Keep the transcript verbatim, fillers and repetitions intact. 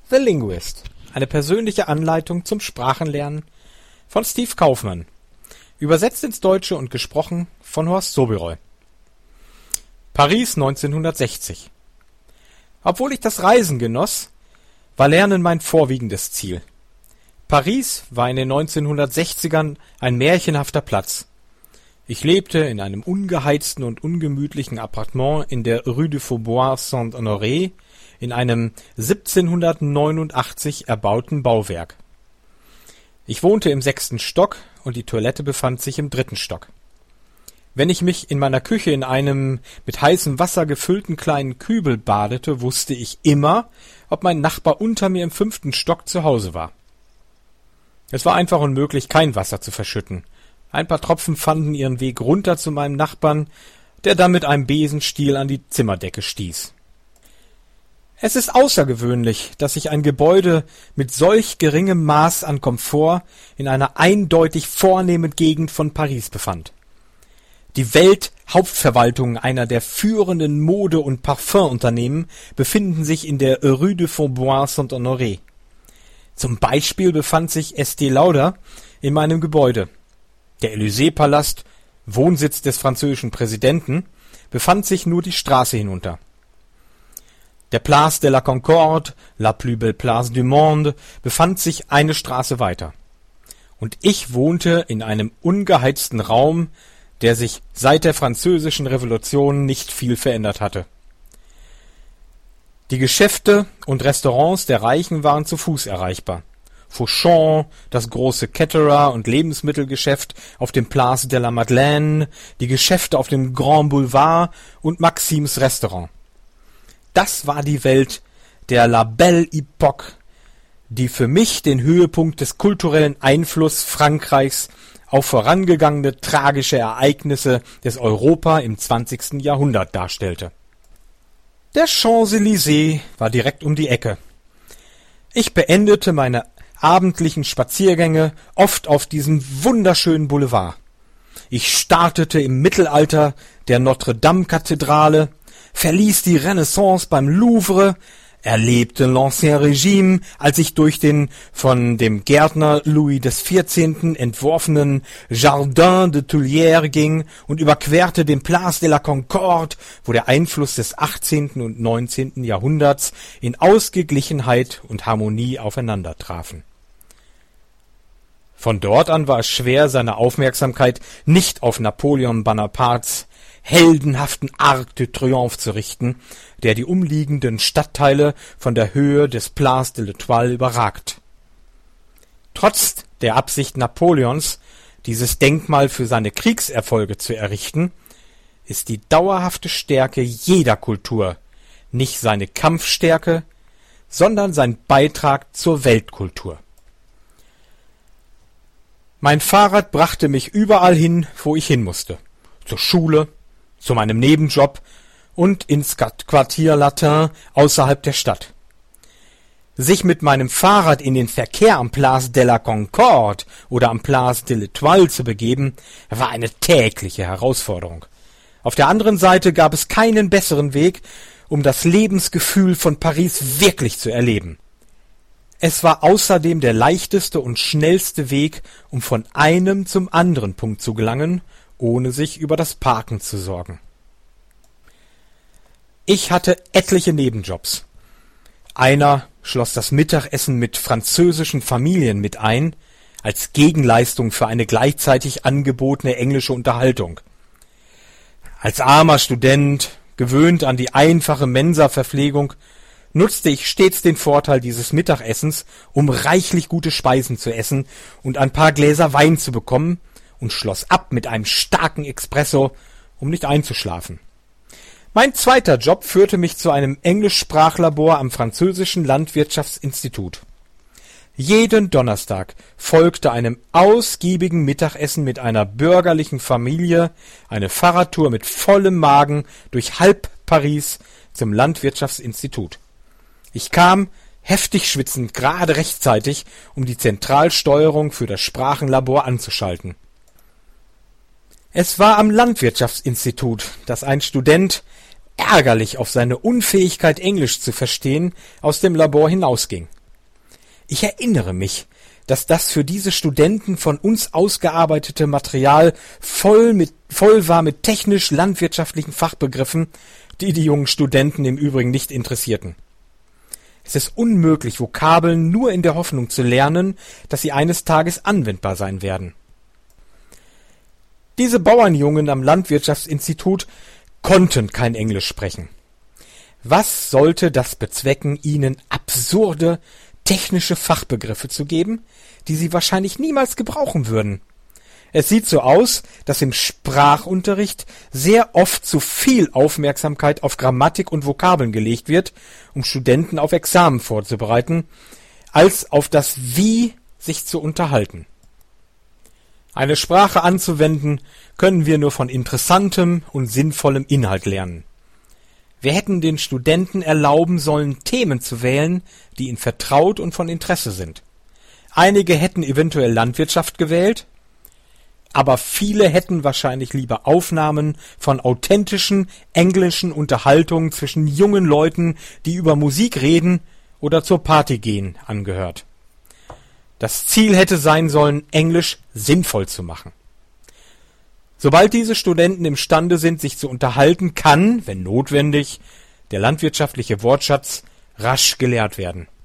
The Linguist. Eine persönliche Anleitung zum Sprachenlernen von Steve Kaufmann. Übersetzt ins Deutsche und gesprochen von Horst Soberoy. Paris neunzehnhundertsechzig. Obwohl ich das Reisen genoss, war Lernen mein vorwiegendes Ziel. Paris war in den neunzehnhundertsechzigern ein märchenhafter Platz. Ich lebte in einem ungeheizten und ungemütlichen Appartement in der Rue du Faubourg Saint-Honoré in einem siebzehnhundertneunundachtzig erbauten Bauwerk. Ich wohnte im sechsten Stock und die Toilette befand sich im dritten Stock. Wenn ich mich in meiner Küche in einem mit heißem Wasser gefüllten kleinen Kübel badete, wusste ich immer, ob mein Nachbar unter mir im fünften Stock zu Hause war. Es war einfach unmöglich, kein Wasser zu verschütten. Ein paar Tropfen fanden ihren Weg runter zu meinem Nachbarn, der dann mit einem Besenstiel an die Zimmerdecke stieß. Es ist außergewöhnlich, dass sich ein Gebäude mit solch geringem Maß an Komfort in einer eindeutig vornehmen Gegend von Paris befand. Die Welthauptverwaltungen einer der führenden Mode- und Parfumunternehmen befinden sich in der Rue du Faubourg Saint-Honoré. Zum Beispiel befand sich Estée Lauder in meinem Gebäude. Der Élysée-Palast, Wohnsitz des französischen Präsidenten, befand sich nur die Straße hinunter. Der Place de la Concorde, la plus belle place du monde, befand sich eine Straße weiter. Und ich wohnte in einem ungeheizten Raum, der sich seit der Französischen Revolution nicht viel verändert hatte. Die Geschäfte und Restaurants der Reichen waren zu Fuß erreichbar. Fauchon, das große Caterer- und Lebensmittelgeschäft auf dem Place de la Madeleine, die Geschäfte auf dem Grand Boulevard und Maxims Restaurant. Das war die Welt der La Belle Époque, die für mich den Höhepunkt des kulturellen Einflusses Frankreichs auf vorangegangene tragische Ereignisse des Europa im zwanzigsten Jahrhundert darstellte. Der Champs-Élysées war direkt um die Ecke. Ich beendete meine abendlichen Spaziergänge oft auf diesem wunderschönen Boulevard. Ich startete im Mittelalter der Notre-Dame-Kathedrale, verließ die Renaissance beim Louvre, erlebte l'Ancien Régime, als ich durch den von dem Gärtner Louis des vierzehnten entworfenen Jardin de Tuileries ging und überquerte den Place de la Concorde, wo der Einfluss des achtzehnten und neunzehnten Jahrhunderts in Ausgeglichenheit und Harmonie aufeinander trafen. Von dort an war es schwer, seine Aufmerksamkeit nicht auf Napoleon Bonapartes heldenhaften Arc de Triomphe zu richten, der die umliegenden Stadtteile von der Höhe des Place de l'Étoile überragt. Trotz der Absicht Napoleons, dieses Denkmal für seine Kriegserfolge zu errichten, ist die dauerhafte Stärke jeder Kultur nicht seine Kampfstärke, sondern sein Beitrag zur Weltkultur. Mein Fahrrad brachte mich überall hin, wo ich hin musste. Zur Schule, zu meinem Nebenjob und ins Quartier Latin außerhalb der Stadt. Sich mit meinem Fahrrad in den Verkehr am Place de la Concorde oder am Place de l'Étoile zu begeben, war eine tägliche Herausforderung. Auf der anderen Seite gab es keinen besseren Weg, um das Lebensgefühl von Paris wirklich zu erleben. Es war außerdem der leichteste und schnellste Weg, um von einem zum anderen Punkt zu gelangen, ohne sich über das Parken zu sorgen. Ich hatte etliche Nebenjobs. Einer schloss das Mittagessen mit französischen Familien mit ein, als Gegenleistung für eine gleichzeitig angebotene englische Unterhaltung. Als armer Student, gewöhnt an die einfache Mensaverpflegung, nutzte ich stets den Vorteil dieses Mittagessens, um reichlich gute Speisen zu essen und ein paar Gläser Wein zu bekommen, und schloss ab mit einem starken Espresso, um nicht einzuschlafen. Mein zweiter Job führte mich zu einem Englischsprachlabor am französischen Landwirtschaftsinstitut. Jeden Donnerstag folgte einem ausgiebigen Mittagessen mit einer bürgerlichen Familie eine Fahrradtour mit vollem Magen durch halb Paris zum Landwirtschaftsinstitut. Ich kam, heftig schwitzend, gerade rechtzeitig, um die Zentralsteuerung für das Sprachenlabor anzuschalten. Es war am Landwirtschaftsinstitut, dass ein Student, ärgerlich auf seine Unfähigkeit, Englisch zu verstehen, aus dem Labor hinausging. Ich erinnere mich, dass das für diese Studenten von uns ausgearbeitete Material voll mit, voll war mit technisch-landwirtschaftlichen Fachbegriffen, die die jungen Studenten im Übrigen nicht interessierten. Es ist unmöglich, Vokabeln nur in der Hoffnung zu lernen, dass sie eines Tages anwendbar sein werden. Diese Bauernjungen am Landwirtschaftsinstitut konnten kein Englisch sprechen. Was sollte das bezwecken, ihnen absurde technische Fachbegriffe zu geben, die sie wahrscheinlich niemals gebrauchen würden? Es sieht so aus, dass im Sprachunterricht sehr oft zu viel Aufmerksamkeit auf Grammatik und Vokabeln gelegt wird, um Studenten auf Examen vorzubereiten, als auf das Wie sich zu unterhalten. Eine Sprache anzuwenden, können wir nur von interessantem und sinnvollem Inhalt lernen. Wir hätten den Studenten erlauben sollen, Themen zu wählen, die ihnen vertraut und von Interesse sind. Einige hätten eventuell Landwirtschaft gewählt, aber viele hätten wahrscheinlich lieber Aufnahmen von authentischen englischen Unterhaltungen zwischen jungen Leuten, die über Musik reden oder zur Party gehen, angehört. Das Ziel hätte sein sollen, Englisch sinnvoll zu machen. Sobald diese Studenten imstande sind, sich zu unterhalten, kann, wenn notwendig, der landwirtschaftliche Wortschatz rasch gelehrt werden.